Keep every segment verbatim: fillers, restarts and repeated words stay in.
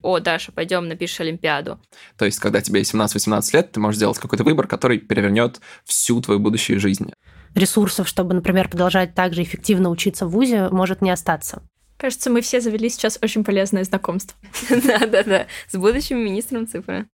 о, Даша, пойдем напишешь Олимпиаду. То есть, когда тебе семнадцать-восемнадцать лет, ты можешь сделать какой-то выбор, который перевернет всю твою будущую жизнь. Ресурсов, чтобы, например, продолжать так же эффективно учиться в вузе, может не остаться. Кажется, мы все завели сейчас очень полезное знакомство. Да-да-да, с будущим министром цифры.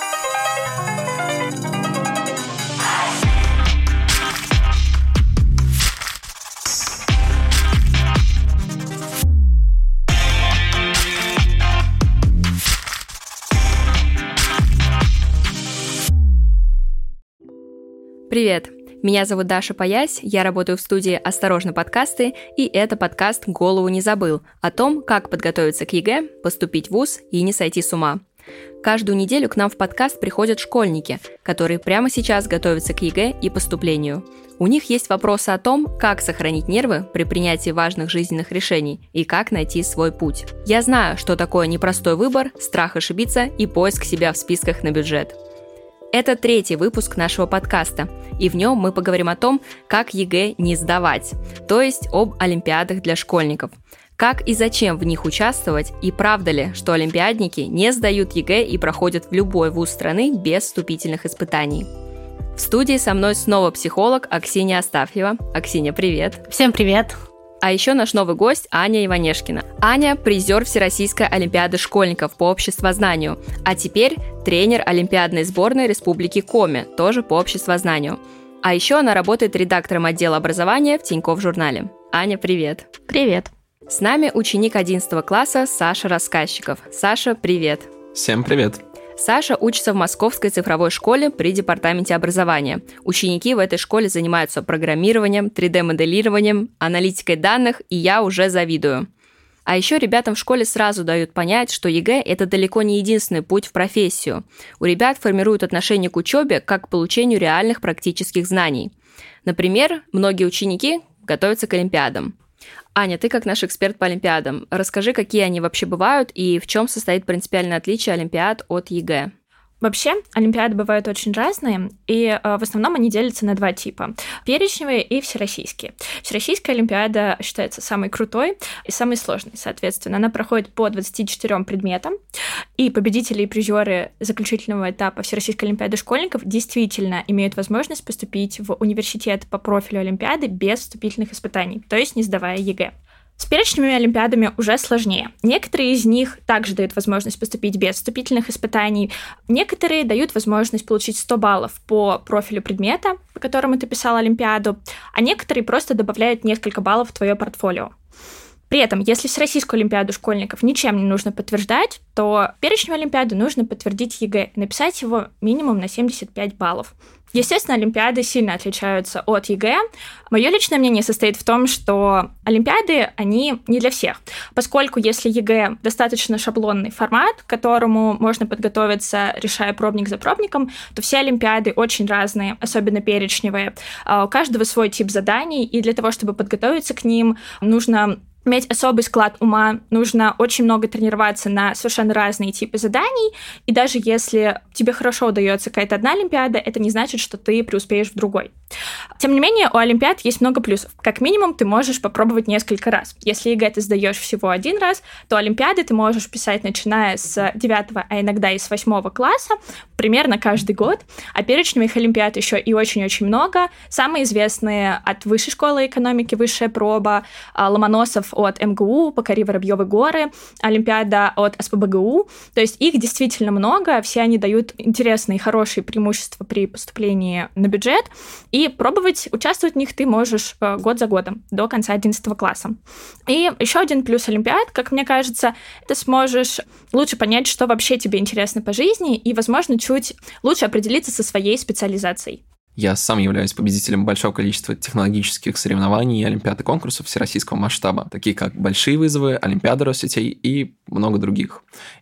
Привет! Меня зовут Даша Паясь, я работаю в студии «Осторожно, подкасты», и это подкаст «Голову не забыл» о том, как подготовиться к ЕГЭ, поступить в вуз и не сойти с ума. Каждую неделю к нам в подкаст приходят школьники, которые прямо сейчас готовятся к ЕГЭ и поступлению. У них есть вопросы о том, как сохранить нервы при принятии важных жизненных решений и как найти свой путь. Я знаю, что такое непростой выбор, страх ошибиться и поиск себя в списках на бюджет. Это третий выпуск нашего подкаста, и в нем мы поговорим о том, как ЕГЭ не сдавать, то есть об олимпиадах для школьников. Как и зачем в них участвовать, и правда ли, что олимпиадники не сдают ЕГЭ и проходят в любой вуз страны без вступительных испытаний. В студии со мной снова психолог Аксинья Астафьева. Аксинья, привет! Всем привет! А еще наш новый гость Аня Иванешкина. Аня – призер Всероссийской олимпиады школьников по обществознанию, а теперь тренер олимпиадной сборной Республики Коми, тоже по обществознанию. А еще она работает редактором отдела образования в Тинькофф журнале. Аня, привет! Привет! С нами ученик одиннадцатого класса Саша Рассказчиков. Саша, привет! Всем привет! Саша учится в Московской цифровой школе при департаменте образования. Ученики в этой школе занимаются программированием, три дэ-моделированием, аналитикой данных, и я уже завидую. А еще ребятам в школе сразу дают понять, что ЕГЭ – это далеко не единственный путь в профессию. У ребят формируют отношение к учебе как к получению реальных практических знаний. Например, многие ученики готовятся к олимпиадам. Аня, ты как наш эксперт по олимпиадам, расскажи, какие они вообще бывают и в чем состоит принципиальное отличие олимпиад от ЕГЭ. Вообще, олимпиады бывают очень разные, и э, в основном они делятся на два типа – перечневые и всероссийские. Всероссийская олимпиада считается самой крутой и самой сложной, соответственно. Она проходит по двадцати четырем предметам, и победители и призеры заключительного этапа Всероссийской олимпиады школьников действительно имеют возможность поступить в университет по профилю олимпиады без вступительных испытаний, то есть не сдавая ЕГЭ. С перечневыми олимпиадами уже сложнее. Некоторые из них также дают возможность поступить без вступительных испытаний. Некоторые дают возможность получить сто баллов по профилю предмета, по которому ты писал олимпиаду, а некоторые просто добавляют несколько баллов в твое портфолио. При этом, если Всероссийскую олимпиаду школьников ничем не нужно подтверждать, то перечневую олимпиаду нужно подтвердить ЕГЭ, написать его минимум на семьдесят пять баллов. Естественно, олимпиады сильно отличаются от ЕГЭ. Мое личное мнение состоит в том, что олимпиады, они не для всех, поскольку если ЕГЭ достаточно шаблонный формат, к которому можно подготовиться, решая пробник за пробником, то все олимпиады очень разные, особенно перечневые. У каждого свой тип заданий, и для того, чтобы подготовиться к ним, нужно иметь особый склад ума, нужно очень много тренироваться на совершенно разные типы заданий, и даже если тебе хорошо удается какая-то одна олимпиада, это не значит, что ты преуспеешь в другой. Тем не менее, у олимпиад есть много плюсов. Как минимум, ты можешь попробовать несколько раз. Если ЕГЭ ты сдаешь всего один раз, то олимпиады ты можешь писать, начиная с девятого, а иногда и с восьмого класса, примерно каждый год, а перечневых олимпиад еще и очень-очень много. Самые известные от Высшей школы экономики, Высшая проба, Ломоносов от эм гэ у, Покори Воробьевы горы, Олимпиада от эс пэ бэ гэ у. То есть их действительно много, все они дают интересные, хорошие преимущества при поступлении на бюджет, и пробовать участвовать в них ты можешь год за годом, до конца одиннадцатого класса. И еще один плюс олимпиад, как мне кажется, ты сможешь лучше понять, что вообще тебе интересно по жизни, и, возможно, чуть лучше определиться со своей специализацией. Я сам являюсь победителем большого количества технологических соревнований и олимпиад и конкурсов всероссийского масштаба, такие как «Большие вызовы», «Олимпиада Россетей» и много других.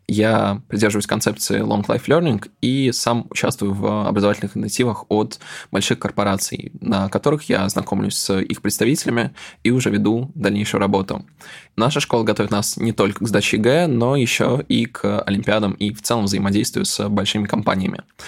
Я придерживаюсь концепции Long Life Learning и сам участвую в образовательных инициативах от больших корпораций, на которых я знакомлюсь с их представителями и уже веду дальнейшую работу. Наша школа готовит нас не только к сдаче ЕГЭ, но еще и к олимпиадам и в целом взаимодействию с большими компаниями.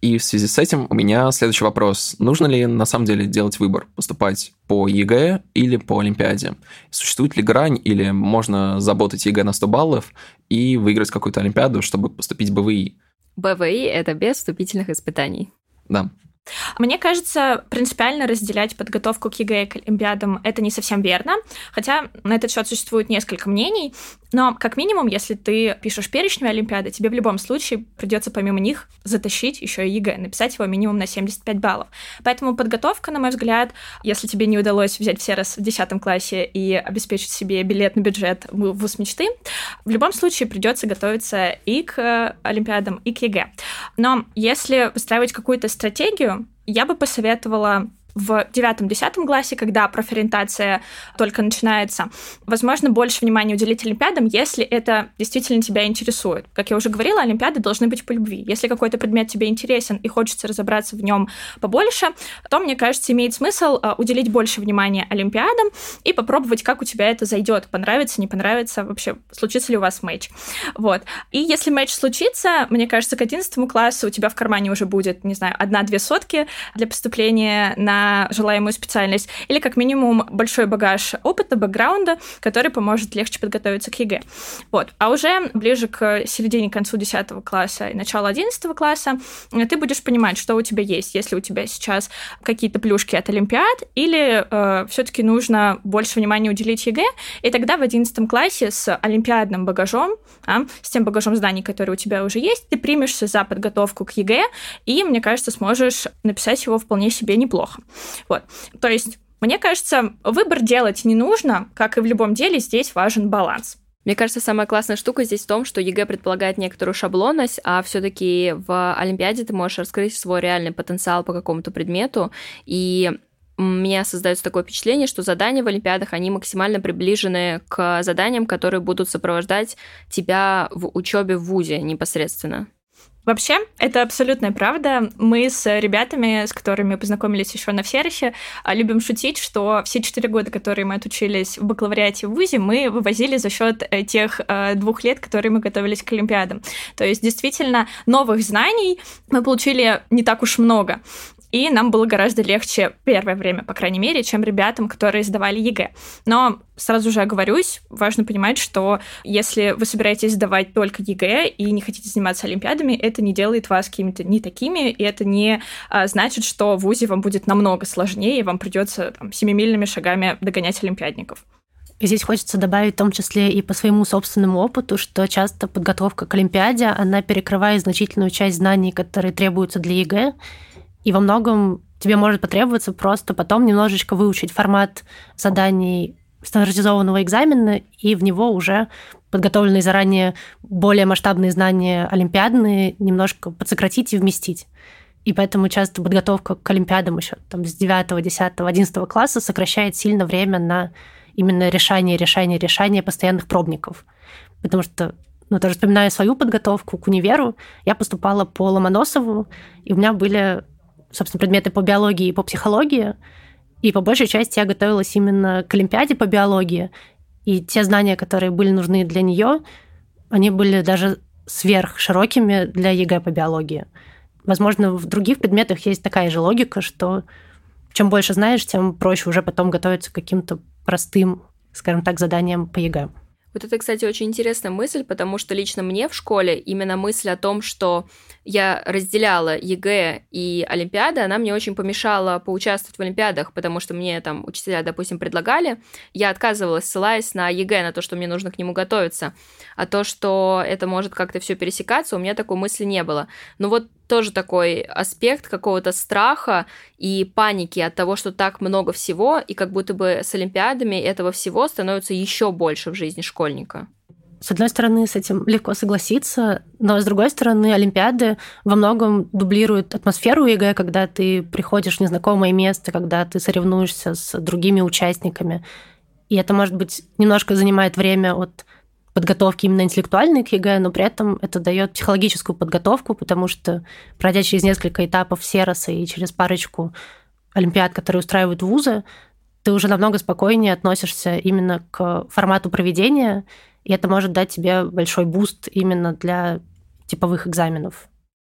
И в связи с этим у меня следующий вопрос. Нужно ли на самом деле делать выбор, поступать по ЕГЭ или по Олимпиаде? Существует ли грань, или можно заботать ЕГЭ на сто баллов и выиграть какую-то Олимпиаду, чтобы поступить в БВИ? БВИ — это без вступительных испытаний. Да. Мне кажется, принципиально разделять подготовку к ЕГЭ и к Олимпиадам — это не совсем верно, хотя на этот счет существует несколько мнений, но как минимум, если ты пишешь перечневые Олимпиады, тебе в любом случае придется помимо них затащить еще и ЕГЭ, написать его минимум на семьдесят пять баллов. Поэтому подготовка, на мой взгляд, если тебе не удалось взять все раз в десятом классе и обеспечить себе билет на бюджет в вуз мечты, в любом случае придется готовиться и к Олимпиадам, и к ЕГЭ. Но если выстраивать какую-то стратегию, я бы посоветовала в девятом-десятом классе, когда профориентация только начинается, возможно, больше внимания уделить Олимпиадам, если это действительно тебя интересует. Как я уже говорила, Олимпиады должны быть по любви. Если какой-то предмет тебе интересен и хочется разобраться в нем побольше, то, мне кажется, имеет смысл уделить больше внимания Олимпиадам и попробовать, как у тебя это зайдет, понравится, не понравится, вообще, случится ли у вас матч. Вот. И если матч случится, мне кажется, к одиннадцатому классу у тебя в кармане уже будет, не знаю, одна-две сотки для поступления на желаемую специальность, или как минимум большой багаж опыта, бэкграунда, который поможет легче подготовиться к ЕГЭ. Вот. А уже ближе к середине, к концу десятого класса и началу одиннадцатого класса ты будешь понимать, что у тебя есть, если у тебя сейчас какие-то плюшки от Олимпиад, или э, все-таки нужно больше внимания уделить ЕГЭ, и тогда в одиннадцатом классе с олимпиадным багажом, а, с тем багажом знаний, который у тебя уже есть, ты примешься за подготовку к ЕГЭ, и, мне кажется, сможешь написать его вполне себе неплохо. Вот. То есть, мне кажется, выбор делать не нужно, как и в любом деле, здесь важен баланс. Мне кажется, самая классная штука здесь в том, что ЕГЭ предполагает некоторую шаблонность, а все-таки в Олимпиаде ты можешь раскрыть свой реальный потенциал по какому-то предмету, и у меня создается такое впечатление, что задания в Олимпиадах, они максимально приближены к заданиям, которые будут сопровождать тебя в учебе в вузе непосредственно. Вообще, это абсолютная правда. Мы с ребятами, с которыми познакомились еще на Всероще, любим шутить, что все четыре года, которые мы отучились в бакалавриате в вузе, мы вывозили за счет тех двух лет, которые мы готовились к Олимпиадам. То есть, действительно, новых знаний мы получили не так уж много. И нам было гораздо легче первое время, по крайней мере, чем ребятам, которые сдавали ЕГЭ. Но сразу же оговорюсь, важно понимать, что если вы собираетесь сдавать только ЕГЭ и не хотите заниматься Олимпиадами, это не делает вас какими-то не такими, и это не а, значит, что в вузе вам будет намного сложнее, и вам придется там, семимильными шагами догонять олимпиадников. И здесь хочется добавить в том числе и по своему собственному опыту, что часто подготовка к Олимпиаде, она перекрывает значительную часть знаний, которые требуются для ЕГЭ, и во многом тебе может потребоваться просто потом немножечко выучить формат заданий стандартизованного экзамена и в него уже подготовленные заранее более масштабные знания олимпиадные немножко подсократить и вместить. И поэтому часто подготовка к Олимпиадам еще там, с девятого, десятого, одиннадцатого класса сокращает сильно время на именно решение, решение, решение постоянных пробников. Потому что, ну, тоже вспоминаю свою подготовку к универу, я поступала по Ломоносову, и у меня были, собственно, предметы по биологии и по психологии, и по большей части я готовилась именно к Олимпиаде по биологии, и те знания, которые были нужны для нее, они были даже сверхширокими для ЕГЭ по биологии. Возможно, в других предметах есть такая же логика, что чем больше знаешь, тем проще уже потом готовиться к каким-то простым, скажем так, заданиям по ЕГЭ. Вот это, кстати, очень интересная мысль, потому что лично мне в школе именно мысль о том, что я разделяла ЕГЭ и Олимпиады, она мне очень помешала поучаствовать в Олимпиадах, потому что мне там учителя, допустим, предлагали, я отказывалась, ссылаясь на ЕГЭ, на то, что мне нужно к нему готовиться, а то, что это может как-то все пересекаться, у меня такой мысли не было. Но вот тоже такой аспект какого-то страха и паники от того, что так много всего, и как будто бы с Олимпиадами этого всего становится еще больше в жизни школьника. С одной стороны, с этим легко согласиться, но с другой стороны, Олимпиады во многом дублируют атмосферу ЕГЭ, когда ты приходишь в незнакомое место, когда ты соревнуешься с другими участниками. И это, может быть, немножко занимает время от подготовки именно интеллектуальной к ЕГЭ, но при этом это дает психологическую подготовку, потому что, пройдя через несколько этапов Сероса и через парочку олимпиад, которые устраивают вузы, ты уже намного спокойнее относишься именно к формату проведения, и это может дать тебе большой буст именно для типовых экзаменов.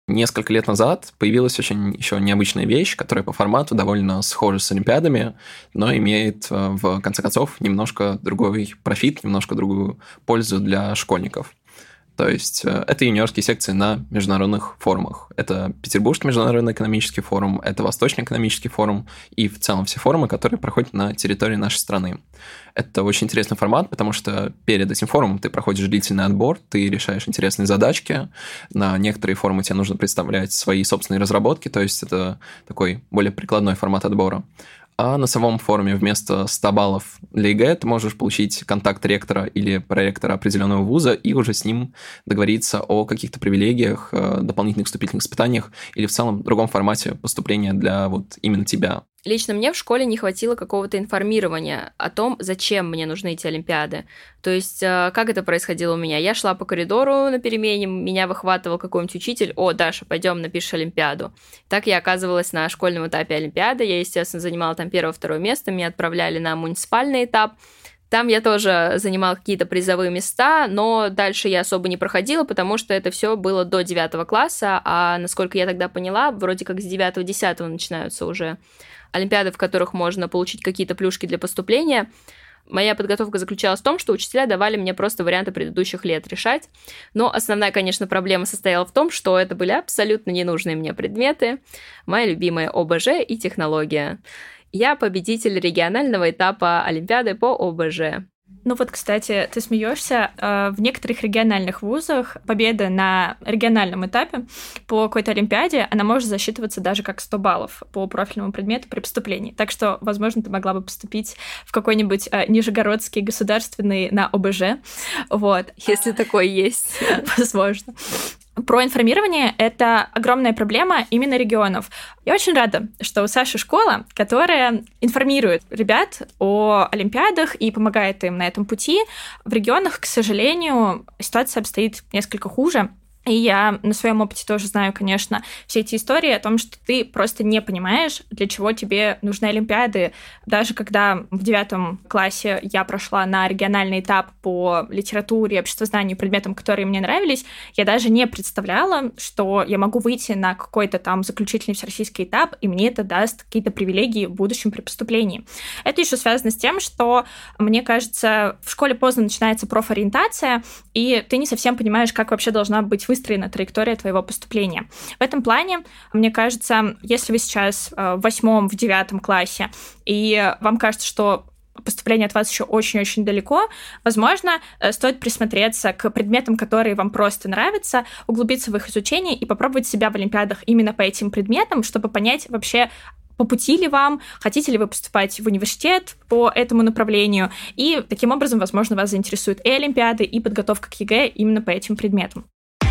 Несколько лет назад появилась очень еще необычная вещь, которая по формату довольно схожа с олимпиадами, но имеет, в конце концов, немножко другой профит, немножко другую пользу для школьников. То есть это юниорские секции на международных форумах. Это Петербургский международный экономический форум, это Восточный экономический форум и в целом все форумы, которые проходят на территории нашей страны. Это очень интересный формат, потому что перед этим форумом ты проходишь длительный отбор, ты решаешь интересные задачки. На некоторые форумы тебе нужно представлять свои собственные разработки, то есть это такой более прикладной формат отбора. А на самом форуме вместо ста баллов для ЕГЭ ты можешь получить контакт ректора или проректора определенного вуза и уже с ним договориться о каких-то привилегиях, дополнительных вступительных испытаниях или в целом другом формате поступления для вот именно тебя. Лично мне в школе не хватило какого-то информирования о том, зачем мне нужны эти олимпиады. То есть, как это происходило у меня? Я шла по коридору на перемене, меня выхватывал какой-нибудь учитель: «О, Даша, пойдем, напишешь олимпиаду». Так я оказывалась на школьном этапе олимпиады. Я, естественно, занимала там первое-второе место, меня отправляли на муниципальный этап. Там я тоже занимала какие-то призовые места, но дальше я особо не проходила, потому что это все было до девятого класса, а, насколько я тогда поняла, вроде как с девятого-десятого начинаются уже олимпиады, в которых можно получить какие-то плюшки для поступления. Моя подготовка заключалась в том, что учителя давали мне просто варианты предыдущих лет решать. Но основная, конечно, проблема состояла в том, что это были абсолютно ненужные мне предметы. Моя любимая ОБЖ и технология. Я победитель регионального этапа олимпиады по ОБЖ. Ну вот, кстати, ты смеешься. В некоторых региональных вузах победа на региональном этапе по какой-то олимпиаде, она может засчитываться даже как сто баллов по профильному предмету при поступлении. Так что, возможно, ты могла бы поступить в какой-нибудь Нижегородский государственный на ОБЖ. Вот. Если такой есть. Возможно. Про информирование — это огромная проблема именно регионов. Я очень рада, что у Саши школа, которая информирует ребят о олимпиадах и помогает им на этом пути. В регионах, к сожалению, ситуация обстоит несколько хуже. И я на своем опыте тоже знаю, конечно, все эти истории о том, что ты просто не понимаешь, для чего тебе нужны олимпиады. Даже когда в девятом классе я прошла на региональный этап по литературе, обществознанию, предметам, которые мне нравились, я даже не представляла, что я могу выйти на какой-то там заключительный всероссийский этап, и мне это даст какие-то привилегии в будущем при поступлении. Это еще связано с тем, что, мне кажется, в школе поздно начинается профориентация, и ты не совсем понимаешь, как вообще должна быть выстроена траектория твоего поступления. В этом плане, мне кажется, если вы сейчас в восьмом, в девятом классе, и вам кажется, что поступление от вас еще очень-очень далеко, возможно, стоит присмотреться к предметам, которые вам просто нравятся, углубиться в их изучение и попробовать себя в олимпиадах именно по этим предметам, чтобы понять вообще, по пути ли вам, хотите ли вы поступать в университет по этому направлению, и таким образом, возможно, вас заинтересуют и олимпиады, и подготовка к ЕГЭ именно по этим предметам.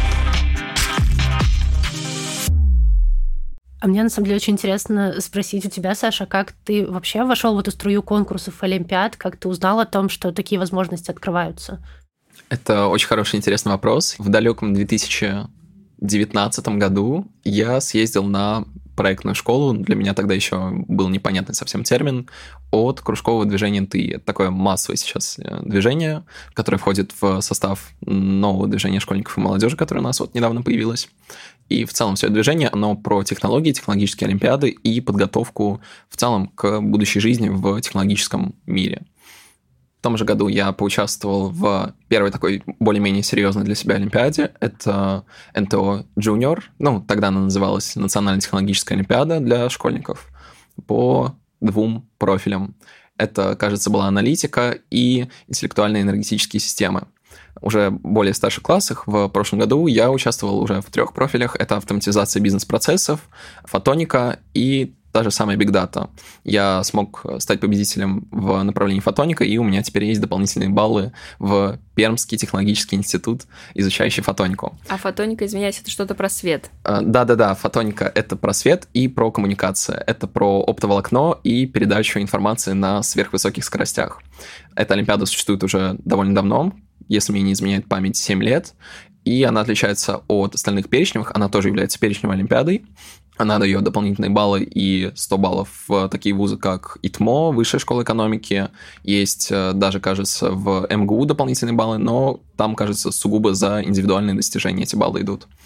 А мне, на самом деле, очень интересно спросить у тебя, Саша, как ты вообще вошел в эту струю конкурсов олимпиад, как ты узнал о том, что такие возможности открываются? Это очень хороший, интересный вопрос. В далеком две тысячи девятнадцатом году я съездил на проектную школу, для меня тогда еще был непонятный совсем термин, от кружкового движения эн тэ и. Это такое массовое сейчас движение, которое входит в состав нового движения школьников и молодежи, которое у нас вот недавно появилось. И в целом все это движение, оно про технологии, технологические олимпиады и подготовку в целом к будущей жизни в технологическом мире. В том же году я поучаствовал в первой такой более-менее серьезной для себя олимпиаде. Это эн тэ о Junior, ну, тогда она называлась Национальная технологическая олимпиада для школьников, по двум профилям. Это, кажется, была аналитика и интеллектуальные энергетические системы. Уже в более старших классах в прошлом году я участвовал уже в трех профилях. Это автоматизация бизнес-процессов, фотоника и та же самая Big Data. Я смог стать победителем в направлении фотоника, и у меня теперь есть дополнительные баллы в Пермский технологический институт, изучающий фотонику. А фотоника, извиняюсь, это что-то про свет? Да-да-да, фотоника — это про свет и про коммуникацию. Это про оптоволокно и передачу информации на сверхвысоких скоростях. Эта олимпиада существует уже довольно давно, если мне не изменяет память, семь лет, и она отличается от остальных перечневых, она тоже является перечневой олимпиадой. Она дает дополнительные баллы и сто баллов в такие вузы, как ИТМО, Высшая школа экономики. Есть даже, кажется, в эм гэ у дополнительные баллы, но там, кажется, сугубо за индивидуальные достижения эти баллы идут.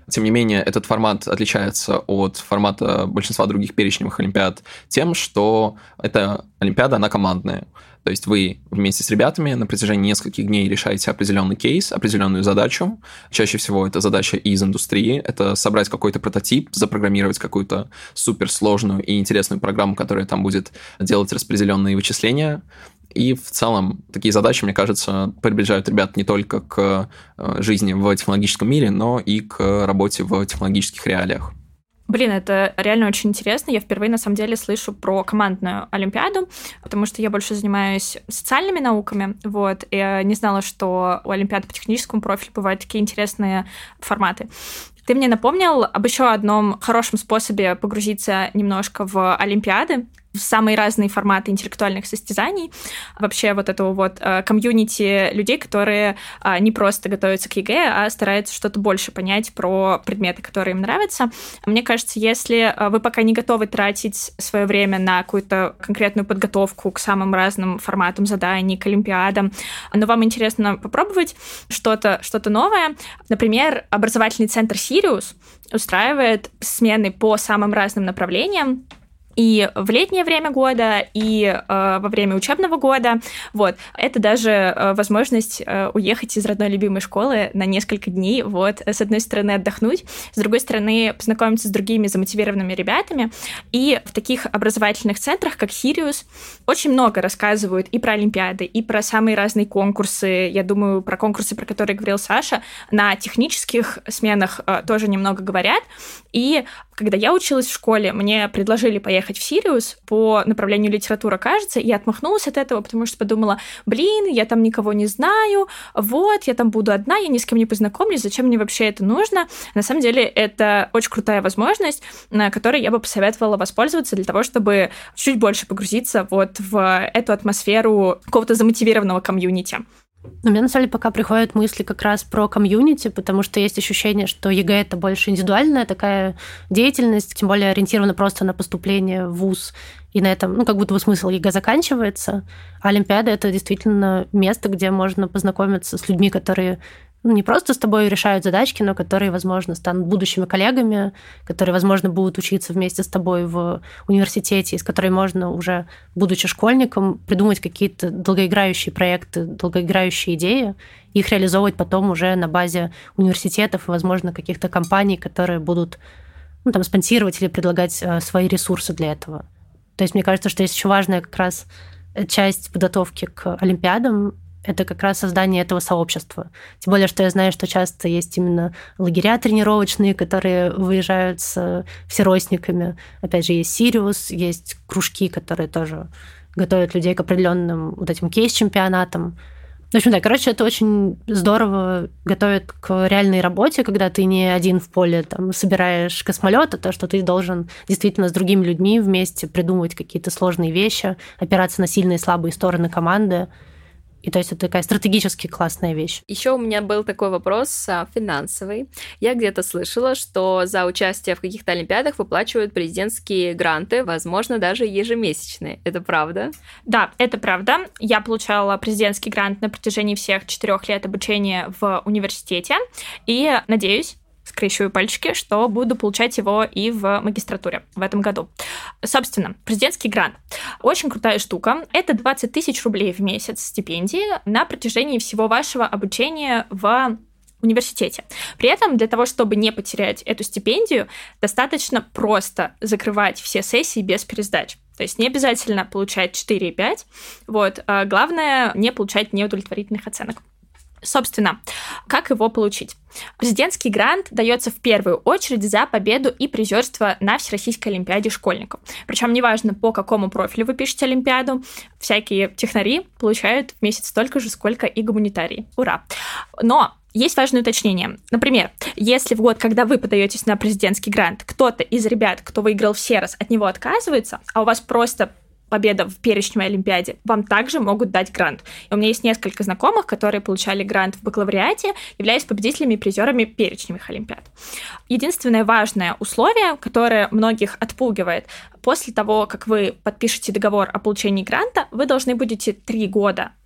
Тем не менее, этот формат отличается от формата большинства других перечневых олимпиад тем, что эта олимпиада, она командная. То есть вы вместе с ребятами на протяжении нескольких дней решаете определенный кейс, определенную задачу. Чаще всего это задача из индустрии. Это собрать какой-то прототип, запрограммировать какую-то суперсложную и интересную программу, которая там будет делать распределенные вычисления. И в целом такие задачи, мне кажется, приближают ребят не только к жизни в технологическом мире, но и к работе в технологических реалиях. Блин, это реально очень интересно. Я впервые, на самом деле, слышу про командную олимпиаду, потому что я больше занимаюсь социальными науками, вот, и не знала, что у олимпиад по техническому профилю бывают такие интересные форматы. Ты мне напомнил об еще одном хорошем способе погрузиться немножко в олимпиады, в самые разные форматы интеллектуальных состязаний. Вообще вот этого вот комьюнити людей, которые не просто готовятся к ЕГЭ, а стараются что-то больше понять про предметы, которые им нравятся. Мне кажется, если вы пока не готовы тратить свое время на какую-то конкретную подготовку к самым разным форматам заданий, к олимпиадам, но вам интересно попробовать что-то, что-то новое, например, образовательный центр «Сириус» устраивает смены по самым разным направлениям, и в летнее время года, и э, во время учебного года. Вот. Это даже э, возможность э, уехать из родной любимой школы на несколько дней, вот, с одной стороны отдохнуть, с другой стороны познакомиться с другими замотивированными ребятами. И в таких образовательных центрах, как «Сириус», очень много рассказывают и про олимпиады, и про самые разные конкурсы. Я думаю, про конкурсы, про которые говорил Саша, на технических сменах э, тоже немного говорят. И когда я училась в школе, мне предложили поехать в «Сириус» по направлению литература, кажется, и я отмахнулась от этого, потому что подумала, блин, я там никого не знаю, вот, я там буду одна, я ни с кем не познакомлюсь, зачем мне вообще это нужно? На самом деле, это очень крутая возможность, которой я бы посоветовала воспользоваться для того, чтобы чуть больше погрузиться вот в эту атмосферу какого-то замотивированного комьюнити. У меня, на самом деле, пока приходят мысли как раз про комьюнити, потому что есть ощущение, что ЕГЭ — это больше индивидуальная такая деятельность, тем более ориентирована просто на поступление в вуз, и на этом, ну, как будто бы смысл ЕГЭ заканчивается. А олимпиада — это действительно место, где можно познакомиться с людьми, которые ну, не просто с тобой решают задачки, но которые, возможно, станут будущими коллегами, которые, возможно, будут учиться вместе с тобой в университете, с которой можно уже, будучи школьником, придумать какие-то долгоиграющие проекты, долгоиграющие идеи, и их реализовывать потом уже на базе университетов и, возможно, каких-то компаний, которые будут ну, там, спонсировать или предлагать свои ресурсы для этого. То есть мне кажется, что есть еще важная как раз часть подготовки к олимпиадам, это как раз создание этого сообщества. Тем более, что я знаю, что часто есть именно лагеря тренировочные, которые выезжают с всеростниками. Опять же, есть «Сириус», есть кружки, которые тоже готовят людей к определенным вот этим кейс-чемпионатам. В общем, да, короче, это очень здорово готовит к реальной работе, когда ты не один в поле там, собираешь космолет, а то, что ты должен действительно с другими людьми вместе придумывать какие-то сложные вещи, опираться на сильные и слабые стороны команды. И то есть это такая стратегически классная вещь. Еще у меня был такой вопрос а, финансовый. Я где-то слышала, что за участие в каких-то олимпиадах выплачивают президентские гранты, возможно, даже ежемесячные. Это правда? Да, это правда. Я получала президентский грант на протяжении всех четырех лет обучения в университете. И надеюсь, скрещиваю пальчики, что буду получать его и в магистратуре в этом году. Собственно, президентский грант. Очень крутая штука. Это двадцать тысяч рублей в месяц стипендии на протяжении всего вашего обучения в университете. При этом для того, чтобы не потерять эту стипендию, достаточно просто закрывать все сессии без пересдач. То есть не обязательно получать четыре и пять. Вот. А главное, не получать неудовлетворительных оценок. Собственно, как его получить? Президентский грант дается в первую очередь за победу и призерство на Всероссийской олимпиаде школьников. Причем неважно, по какому профилю вы пишете олимпиаду, всякие технари получают в месяц столько же, сколько и гуманитарии. Ура! Но есть важное уточнение. Например, если в год, когда вы подаетесь на президентский грант, кто-то из ребят, кто выиграл все раз, от него отказывается, а у вас просто победа в перечневой олимпиаде, вам также могут дать грант. И у меня есть несколько знакомых, которые получали грант в бакалавриате, являясь победителями и призерами перечневых олимпиад. Единственное важное условие, которое многих отпугивает, после того, как вы подпишете договор о получении гранта, вы должны будете три года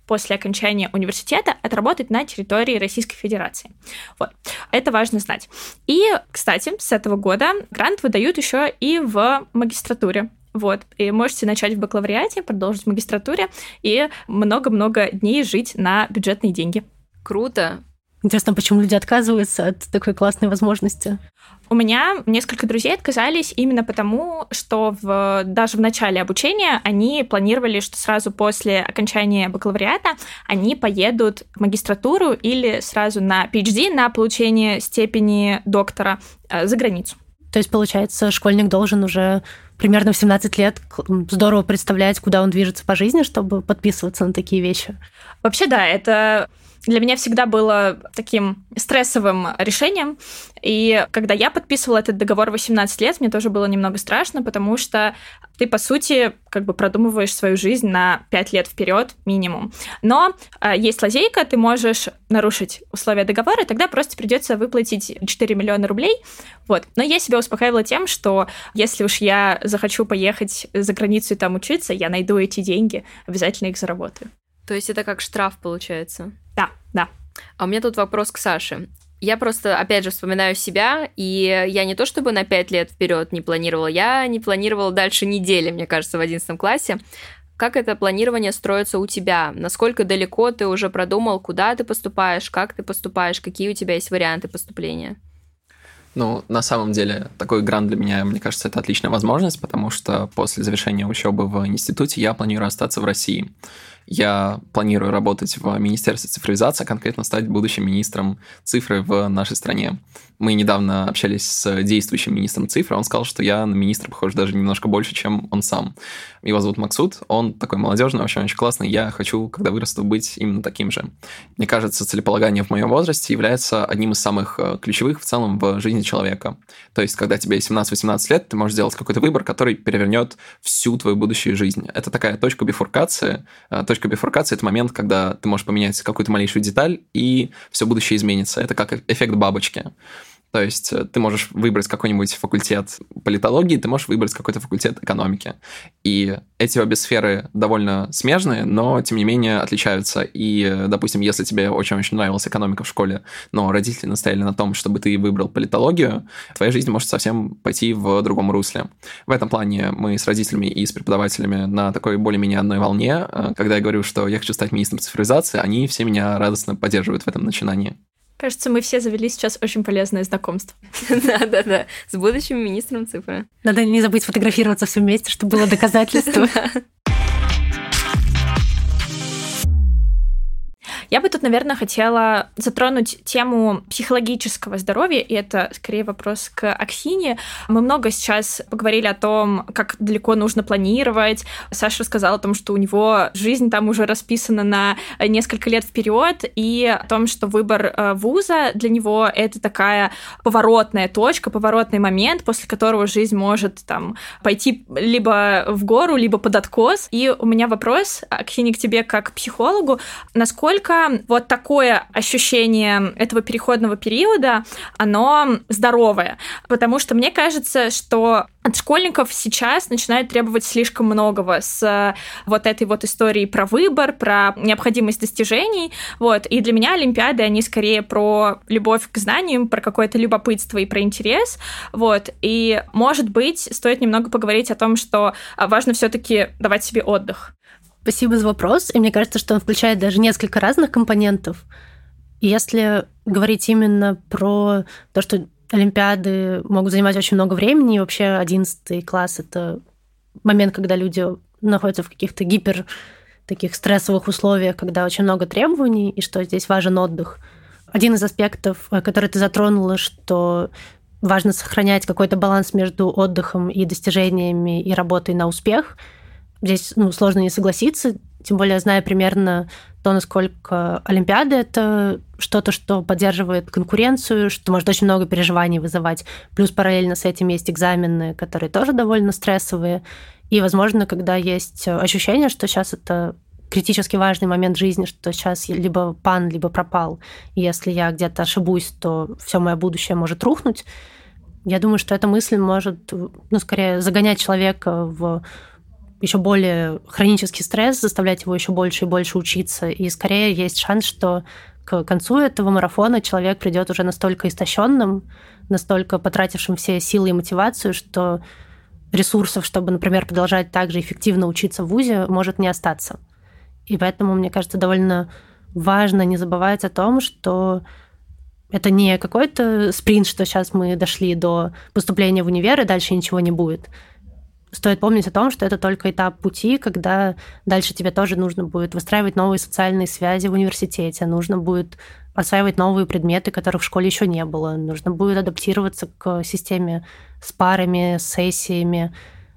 после окончания университета отработать на территории Российской Федерации. Вот. Это важно знать. И, кстати, с этого года грант выдают еще и в магистратуре. Вот. И можете начать в бакалавриате, продолжить в магистратуре и много-много дней жить на бюджетные деньги. Круто. Интересно, почему люди отказываются от такой классной возможности? У меня несколько друзей отказались именно потому, что в, даже в начале обучения они планировали, что сразу после окончания бакалавриата они поедут в магистратуру или сразу на пи эйч ди, на получение степени доктора за границу. То есть, получается, школьник должен уже примерно в семнадцать лет здорово представлять, куда он движется по жизни, чтобы подписываться на такие вещи? Вообще, да, это для меня всегда было таким стрессовым решением. И когда я подписывала этот договор в восемнадцать лет, мне тоже было немного страшно, потому что ты, по сути, как бы продумываешь свою жизнь на пять лет вперед минимум. Но э, есть лазейка, ты можешь нарушить условия договора, и тогда просто придется выплатить четыре миллиона рублей. Вот. Но я себя успокаивала тем, что если уж я захочу поехать за границу и там учиться, я найду эти деньги, обязательно их заработаю. То есть это как штраф получается? Да, да. А у меня тут вопрос к Саше. Я просто, опять же, вспоминаю себя, и я не то чтобы на пять лет вперед не планировала, я не планировала дальше недели, мне кажется, в одиннадцатом классе. Как это планирование строится у тебя? Насколько далеко ты уже продумал, куда ты поступаешь, как ты поступаешь, какие у тебя есть варианты поступления? Ну, на самом деле, такой грант для меня, мне кажется, это отличная возможность, потому что после завершения учебы в институте я планирую остаться в России. Я планирую работать в Министерстве цифровизации, а конкретно стать будущим министром цифры в нашей стране. Мы недавно общались с действующим министром цифры, он сказал, что я на министра похож даже немножко больше, чем он сам. Его зовут Максут, он такой молодежный, вообще очень классный. Я хочу, когда вырасту, быть именно таким же. Мне кажется, целеполагание в моем возрасте является одним из самых ключевых в целом в жизни человека. То есть, когда тебе семнадцать-восемнадцать лет, ты можешь сделать какой-то выбор, который перевернет всю твою будущую жизнь. Это такая точка бифуркации. Точка бифуркации – это момент, когда ты можешь поменять какую-то малейшую деталь, и все будущее изменится. Это как эффект бабочки. То есть ты можешь выбрать какой-нибудь факультет политологии, ты можешь выбрать какой-то факультет экономики. И эти обе сферы довольно смежные, но, тем не менее, отличаются. И, допустим, если тебе очень-очень нравилась экономика в школе, но родители настояли на том, чтобы ты выбрал политологию, твоя жизнь может совсем пойти в другом русле. В этом плане мы с родителями и с преподавателями на такой более-менее одной волне. Когда я говорю, что я хочу стать министром цифровизации, они все меня радостно поддерживают в этом начинании. Кажется, мы все завели сейчас очень полезное знакомство. Да-да-да, с будущим министром цифры. Надо не забыть сфотографироваться все вместе, чтобы было доказательство. Я бы тут, наверное, хотела затронуть тему психологического здоровья, и это, скорее, вопрос к Аксине. Мы много сейчас поговорили о том, как далеко нужно планировать. Саша рассказала о том, что у него жизнь там уже расписана на несколько лет вперед, и о том, что выбор вуза для него — это такая поворотная точка, поворотный момент, после которого жизнь может там пойти либо в гору, либо под откос. И у меня вопрос, Аксине, к тебе как к психологу. Насколько вот такое ощущение этого переходного периода, оно здоровое? Потому что мне кажется, что от школьников сейчас начинают требовать слишком многого с вот этой вот историей про выбор, про необходимость достижений. Вот. И для меня олимпиады, они скорее про любовь к знаниям, про какое-то любопытство и про интерес. Вот. И, может быть, стоит немного поговорить о том, что важно все-таки давать себе отдых. Спасибо за вопрос. И мне кажется, что он включает даже несколько разных компонентов. И если говорить именно про то, что олимпиады могут занимать очень много времени, и вообще одиннадцатый класс — это момент, когда люди находятся в каких-то гипер таких стрессовых условиях, когда очень много требований, и что здесь важен отдых. Один из аспектов, который ты затронула, что важно сохранять какой-то баланс между отдыхом и достижениями и работой на успех. Здесь ну, сложно не согласиться, тем более зная примерно то, насколько олимпиады — это что-то, что поддерживает конкуренцию, что может очень много переживаний вызывать. Плюс параллельно с этим есть экзамены, которые тоже довольно стрессовые. И, возможно, когда есть ощущение, что сейчас это критически важный момент жизни, что сейчас либо пан, либо пропал. И если я где-то ошибусь, то все мое будущее может рухнуть. Я думаю, что эта мысль может, ну, скорее загонять человека в еще более хронический стресс, заставлять его еще больше и больше учиться. И скорее есть шанс, что к концу этого марафона человек придет уже настолько истощенным, настолько потратившим все силы и мотивацию, что ресурсов, чтобы, например, продолжать также эффективно учиться в вузе, может не остаться. И поэтому, мне кажется, довольно важно не забывать о том, что это не какой-то спринт, что сейчас мы дошли до поступления в универ, и дальше ничего не будет. Стоит помнить о том, что это только этап пути, когда дальше тебе тоже нужно будет выстраивать новые социальные связи в университете, нужно будет осваивать новые предметы, которых в школе еще не было, нужно будет адаптироваться к системе с парами, с сессиями,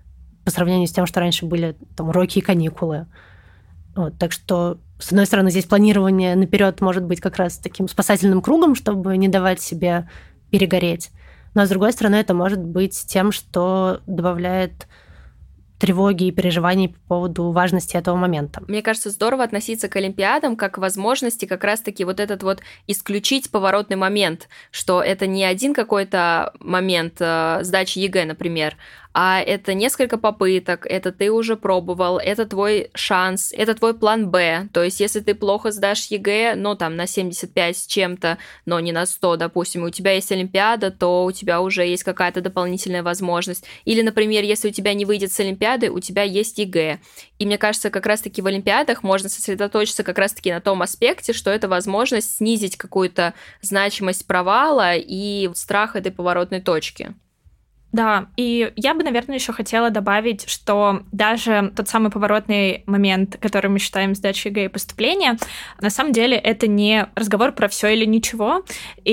по сравнению с тем, что раньше были там, уроки и каникулы. Вот, так что, с одной стороны, здесь планирование наперед может быть как раз таким спасательным кругом, чтобы не давать себе перегореть. Но, с другой стороны, это может быть тем, что добавляет тревоги и переживаний по поводу важности этого момента. Мне кажется, здорово относиться к олимпиадам как к возможности как раз-таки вот этот вот исключить поворотный момент, что это не один какой-то момент э, сдачи ЕГЭ, например, а это несколько попыток, это ты уже пробовал, это твой шанс, это твой план Б. То есть, если ты плохо сдашь ЕГЭ, ну, там, на семьдесят пять с чем-то, но не на сто, допустим, и у тебя есть олимпиада, то у тебя уже есть какая-то дополнительная возможность. Или, например, если у тебя не выйдет с олимпиады, у тебя есть ЕГЭ. И мне кажется, как раз-таки в олимпиадах можно сосредоточиться как раз-таки на том аспекте, что это возможность снизить какую-то значимость провала и страх этой поворотной точки. Да, и я бы, наверное, еще хотела добавить, что даже тот самый поворотный момент, который мы считаем сдачей ЕГЭ и поступления, на самом деле это не разговор про все или ничего.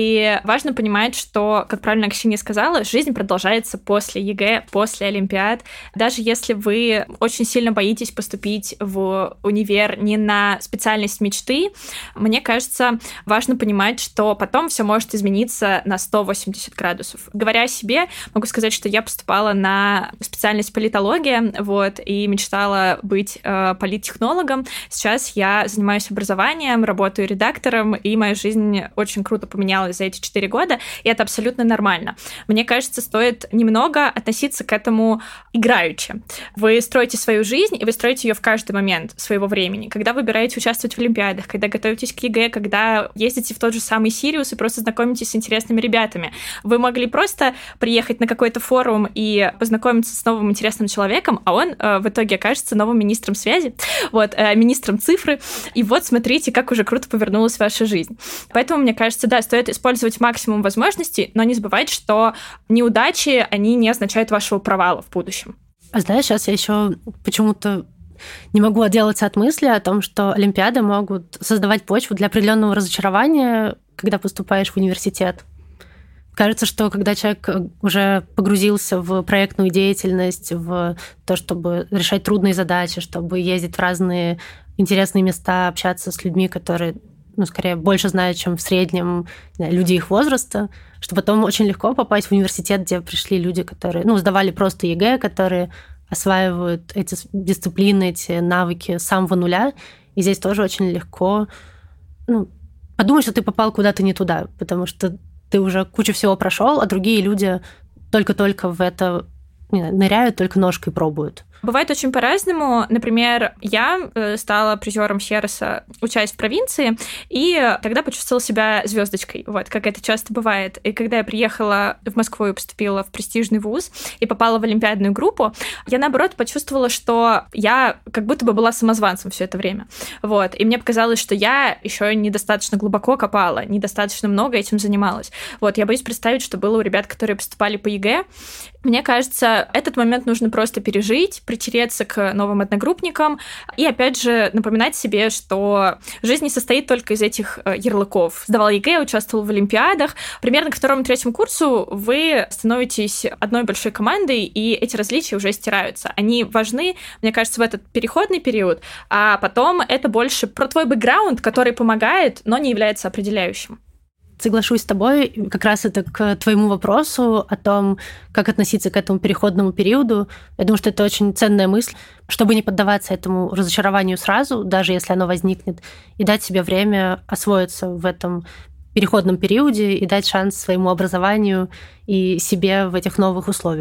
И важно понимать, что, как правильно Ксения сказала, жизнь продолжается после ЕГЭ, после олимпиад. Даже если вы очень сильно боитесь поступить в универ не на специальность мечты, мне кажется, важно понимать, что потом все может измениться на сто восемьдесят градусов. Говоря о себе, могу сказать, что я поступала на специальность политология, вот, и мечтала быть э, политтехнологом. Сейчас я занимаюсь образованием, работаю редактором, и моя жизнь очень круто поменялась за эти четыре года, и это абсолютно нормально. Мне кажется, стоит немного относиться к этому играючи. Вы строите свою жизнь, и вы строите ее в каждый момент своего времени. Когда выбираете участвовать в олимпиадах, когда готовитесь к ЕГЭ, когда ездите в тот же самый Сириус и просто знакомитесь с интересными ребятами. Вы могли просто приехать на какой-то форум и познакомиться с новым интересным человеком, а он э, в итоге окажется новым министром связи, вот, э, министром цифры, и вот смотрите, как уже круто повернулась ваша жизнь. Поэтому, мне кажется, да, стоит использовать максимум возможностей, но не забывать, что неудачи, они не означают вашего провала в будущем. А знаешь, сейчас я еще почему-то не могу отделаться от мысли о том, что олимпиады могут создавать почву для определенного разочарования, когда поступаешь в университет. Кажется, что когда человек уже погрузился в проектную деятельность, в то, чтобы решать трудные задачи, чтобы ездить в разные интересные места, общаться с людьми, которые, ну, скорее, больше знают, чем в среднем люди их возраста, что потом очень легко попасть в университет, где пришли люди, которые, ну, сдавали просто ЕГЭ, которые осваивают эти дисциплины, эти навыки с самого нуля. И здесь тоже очень легко, ну, подумать, что ты попал куда-то не туда, потому что ты уже кучу всего прошел, а другие люди только-только в это не знаю, ныряют, только ножкой пробуют. Бывает очень по-разному. Например, я стала призером Хереса, учась в провинции, и тогда почувствовала себя звездочкой, вот, как это часто бывает. И когда я приехала в Москву и поступила в престижный вуз и попала в олимпиадную группу, я, наоборот, почувствовала, что я как будто бы была самозванцем все это время. Вот. И мне показалось, что я еще недостаточно глубоко копала, недостаточно много этим занималась. Вот. Я боюсь представить, что было у ребят, которые поступали по ЕГЭ. Мне кажется, этот момент нужно просто пережить, притереться к новым одногруппникам и, опять же, напоминать себе, что жизнь не состоит только из этих ярлыков. Сдавал ЕГЭ, участвовал в олимпиадах. Примерно к второму-третьему курсу вы становитесь одной большой командой, и эти различия уже стираются. Они важны, мне кажется, в этот переходный период, а потом это больше про твой бэкграунд, который помогает, но не является определяющим. Соглашусь с тобой, как раз это к твоему вопросу о том, как относиться к этому переходному периоду. Я думаю, что это очень ценная мысль, чтобы не поддаваться этому разочарованию сразу, даже если оно возникнет, и дать себе время освоиться в этом переходном периоде и дать шанс своему образованию и себе в этих новых условиях.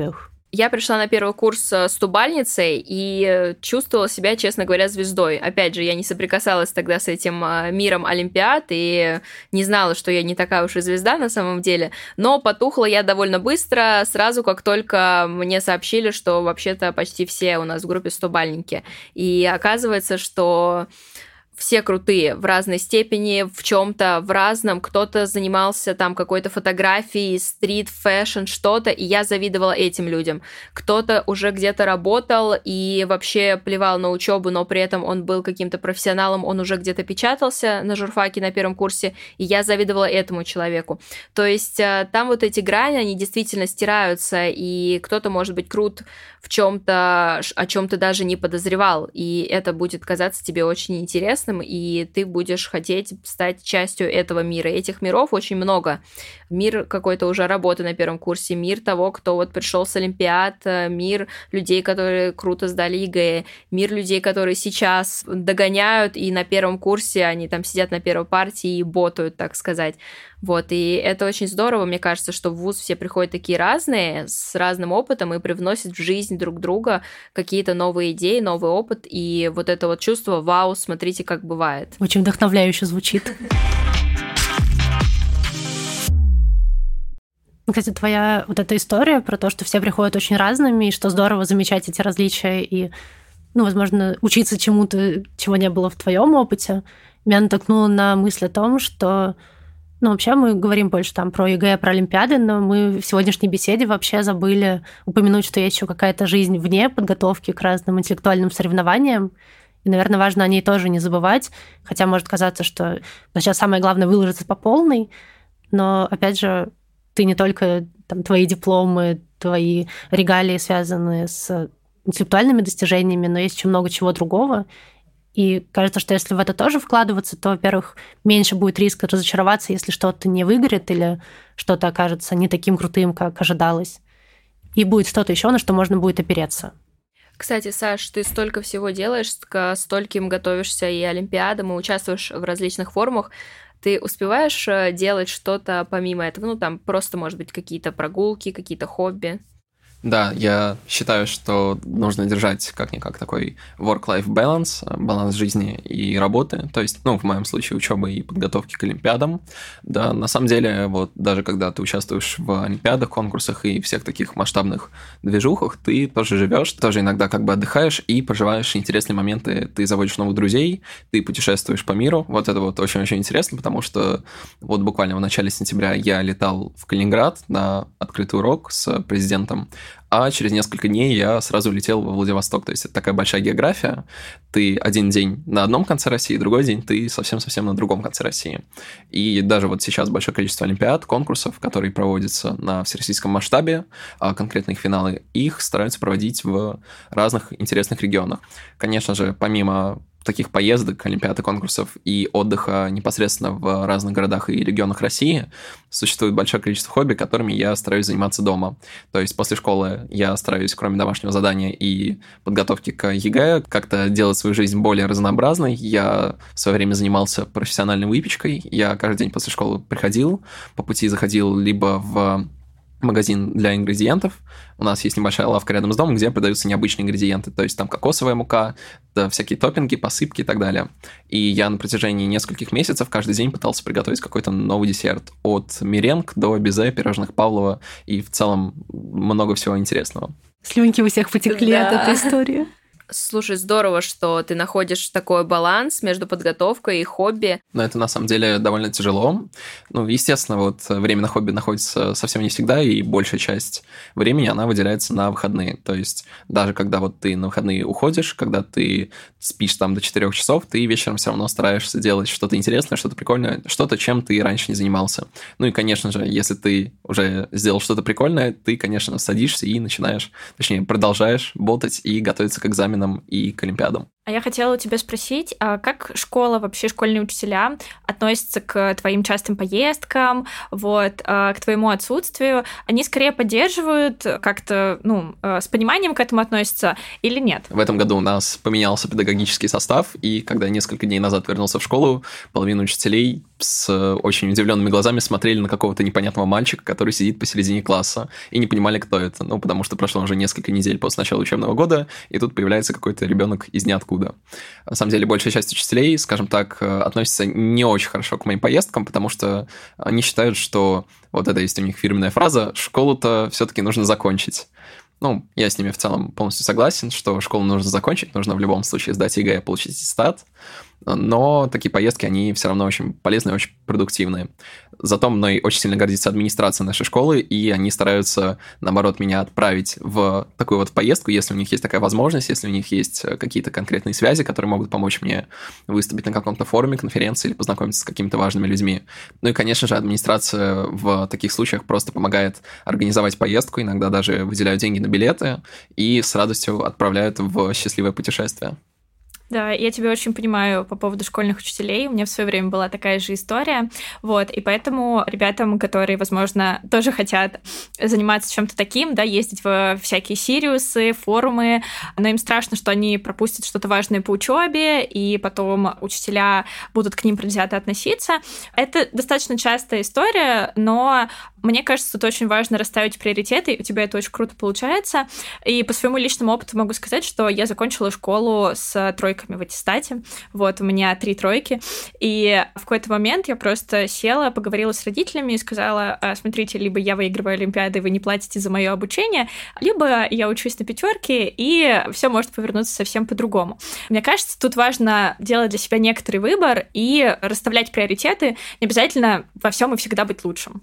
Я пришла на первый курс с тубальницей и чувствовала себя, честно говоря, звездой. Опять же, я не соприкасалась тогда с этим миром олимпиад и не знала, что я не такая уж и звезда на самом деле. Но потухла я довольно быстро, сразу как только мне сообщили, что вообще-то почти все у нас в группе стубальники. И оказывается, что все крутые в разной степени, в чем-то, в разном. Кто-то занимался там какой-то фотографией, стрит, фэшн, что-то, и я завидовала этим людям. Кто-то уже где-то работал и вообще плевал на учебу, но при этом он был каким-то профессионалом, он уже где-то печатался на журфаке на первом курсе, и я завидовала этому человеку. То есть там вот эти грани, они действительно стираются, и кто-то может быть крут в чем-то, о чем ты даже не подозревал, и это будет казаться тебе очень интересно, и ты будешь хотеть стать частью этого мира. Этих миров очень много. Мир какой-то уже работы на первом курсе, мир того, кто вот пришел с олимпиад, мир людей, которые круто сдали ЕГЭ, мир людей, которые сейчас догоняют, и на первом курсе они там сидят на первой партии и ботают, так сказать. Вот, и это очень здорово, мне кажется, что в вуз все приходят такие разные, с разным опытом и привносят в жизнь друг друга какие-то новые идеи, новый опыт, и вот это вот чувство «Вау, смотрите, как бывает». Очень вдохновляюще звучит. Кстати, твоя вот эта история про то, что все приходят очень разными, и что здорово замечать эти различия и, ну, возможно, учиться чему-то, чего не было в твоем опыте, меня натолкнуло на мысль о том, что ну, вообще мы говорим больше там про ЕГЭ, про Олимпиады, но мы в сегодняшней беседе вообще забыли упомянуть, что есть еще какая-то жизнь вне подготовки к разным интеллектуальным соревнованиям. И, наверное, важно о ней тоже не забывать, хотя может казаться, что сейчас самое главное выложиться по полной, но, опять же, ты не только там, твои дипломы, твои регалии связаны с интеллектуальными достижениями, но есть еще много чего другого. И кажется, что если в это тоже вкладываться, то, во-первых, меньше будет риска разочароваться, если что-то не выгорит или что-то окажется не таким крутым, как ожидалось. И будет что-то еще, на что можно будет опереться. Кстати, Саш, ты столько всего делаешь, к стольким готовишься и олимпиадам, и участвуешь в различных форумах. Ты успеваешь делать что-то помимо этого? Ну, там просто, может быть, какие-то прогулки, какие-то хобби? Да, я считаю, что нужно держать как-никак такой work-life balance, баланс жизни и работы, то есть, ну, в моем случае, учебы и подготовки к олимпиадам. Да, на самом деле, вот даже когда ты участвуешь в олимпиадах, конкурсах и всех таких масштабных движухах, ты тоже живешь, тоже иногда как бы отдыхаешь и проживаешь интересные моменты, ты заводишь новых друзей, ты путешествуешь по миру, вот это вот очень-очень интересно, потому что вот буквально в начале сентября я летал в Калининград на открытый урок с президентом, а через несколько дней я сразу улетел во Владивосток. То есть это такая большая география. Ты один день на одном конце России, другой день ты совсем-совсем на другом конце России. И даже вот сейчас большое количество олимпиад, конкурсов, которые проводятся на всероссийском масштабе, а конкретно их финалы, их стараются проводить в разных интересных регионах. Конечно же, помимо таких поездок, олимпиад и конкурсов и отдыха непосредственно в разных городах и регионах России, существует большое количество хобби, которыми я стараюсь заниматься дома. То есть после школы я стараюсь, кроме домашнего задания и подготовки к ЕГЭ, как-то делать свою жизнь более разнообразной. Я в свое время занимался профессиональной выпечкой. Я каждый день после школы приходил, по пути заходил либо в магазин для ингредиентов. У нас есть небольшая лавка рядом с домом, где продаются необычные ингредиенты, то есть там кокосовая мука, да, всякие топпинги, посыпки и так далее. И я на протяжении нескольких месяцев каждый день пытался приготовить какой-то новый десерт, от меренг до безе, пирожных Павлова и в целом много всего интересного. Слюнки у всех потекли Да. от этой истории. Слушай, здорово, что ты находишь такой баланс между подготовкой и хобби. Но это на самом деле довольно тяжело. Ну, естественно, вот время на хобби находится совсем не всегда, и большая часть времени она выделяется на выходные. То есть даже когда вот ты на выходные уходишь, когда ты спишь там до четырёх часов, ты вечером все равно стараешься делать что-то интересное, что-то прикольное, что-то, чем ты раньше не занимался. Ну и, конечно же, если ты уже сделал что-то прикольное, ты, конечно, садишься и начинаешь, точнее, продолжаешь ботать и готовиться к экзаменам и к олимпиадам. А я хотела у тебя спросить, а как школа, вообще школьные учителя относятся к твоим частым поездкам, вот, к твоему отсутствию? Они скорее поддерживают, как-то, ну, с пониманием к этому относятся или нет? В этом году у нас поменялся педагогический состав, и когда я несколько дней назад вернулся в школу, половина учителей с очень удивленными глазами смотрели на какого-то непонятного мальчика, который сидит посередине класса, и не понимали, кто это. Ну, потому что прошло уже несколько недель после начала учебного года, и тут появляется какой-то ребенок из ниоткуда. На самом деле, большая часть учителей, скажем так, относится не очень хорошо к моим поездкам, потому что они считают, что вот это есть у них фирменная фраза «школу-то все-таки нужно закончить». Ну, я с ними в целом полностью согласен, что школу нужно закончить, нужно в любом случае сдать ЕГЭ и получить аттестат, но такие поездки, они все равно очень полезные, очень продуктивные. Зато мной очень сильно гордится администрация нашей школы, и они стараются, наоборот, меня отправить в такую вот поездку, если у них есть такая возможность, если у них есть какие-то конкретные связи, которые могут помочь мне выступить на каком-то форуме, конференции или познакомиться с какими-то важными людьми. Ну и, конечно же, администрация в таких случаях просто помогает организовать поездку, иногда даже выделяют деньги на билеты и с радостью отправляют в счастливое путешествие. Да, я тебя очень понимаю по поводу школьных учителей. У меня в свое время была такая же история. Вот, и поэтому ребятам, которые, возможно, тоже хотят заниматься чем-то таким, да, ездить в всякие Сириусы, форумы, но им страшно, что они пропустят что-то важное по учебе, и потом учителя будут к ним предвзято относиться. Это достаточно частая история, но мне кажется, тут очень важно расставить приоритеты, и у тебя это очень круто получается. И по своему личному опыту могу сказать, что я закончила школу с тройками в аттестате. Вот, у меня три тройки. И в какой-то момент я просто села, поговорила с родителями и сказала: смотрите, либо я выигрываю Олимпиады, и вы не платите за мое обучение, либо я учусь на пятерке, и все может повернуться совсем по-другому. Мне кажется, тут важно делать для себя некоторый выбор и расставлять приоритеты, не обязательно во всем и всегда быть лучшим.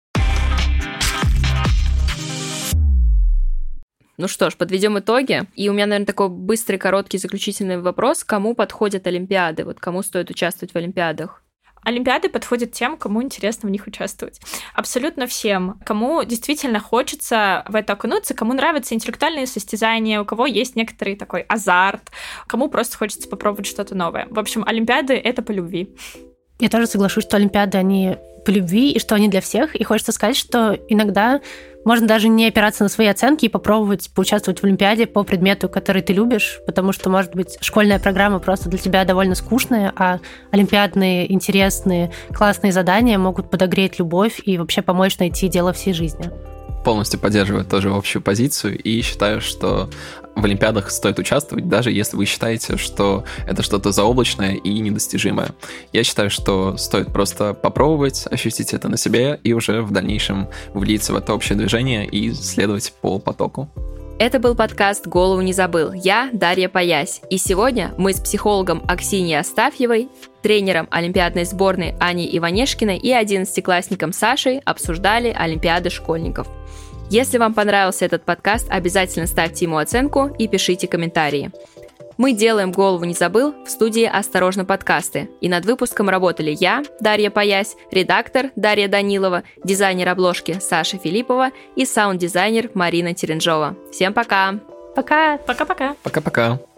Ну что ж, подведем итоги. И у меня, наверное, такой быстрый, короткий, заключительный вопрос. Кому подходят Олимпиады? Вот кому стоит участвовать в Олимпиадах? Олимпиады подходят тем, кому интересно в них участвовать. Абсолютно всем. Кому действительно хочется в это окунуться, кому нравятся интеллектуальные состязания, у кого есть некоторый такой азарт, кому просто хочется попробовать что-то новое. В общем, Олимпиады — это по любви. Я тоже соглашусь, что Олимпиады, они по любви, и что они для всех. И хочется сказать, что иногда можно даже не опираться на свои оценки и попробовать поучаствовать в Олимпиаде по предмету, который ты любишь, потому что, может быть, школьная программа просто для тебя довольно скучная, а олимпиадные, интересные, классные задания могут подогреть любовь и вообще помочь найти дело всей жизни. Полностью поддерживаю тоже общую позицию и считаю, что в Олимпиадах стоит участвовать, даже если вы считаете, что это что-то заоблачное и недостижимое. Я считаю, что стоит просто попробовать, ощутить это на себе и уже в дальнейшем влиться в это общее движение и следовать по потоку. Это был подкаст «Голову не забыл». Я Дарья Паясь. И сегодня мы с психологом Аксиньей Астафьевой, тренером олимпиадной сборной Аней Иванешкиной и одиннадцатиклассником Сашей обсуждали олимпиады школьников. Если вам понравился этот подкаст, обязательно ставьте ему оценку и пишите комментарии. Мы делаем «Голову не забыл» в студии «Осторожно, подкасты». И над выпуском работали я, Дарья Паясь, редактор Дарья Данилова, дизайнер обложки Саша Филиппова и саунд-дизайнер Марина Теренжова. Всем пока! Пока! Пока-пока! Пока-пока!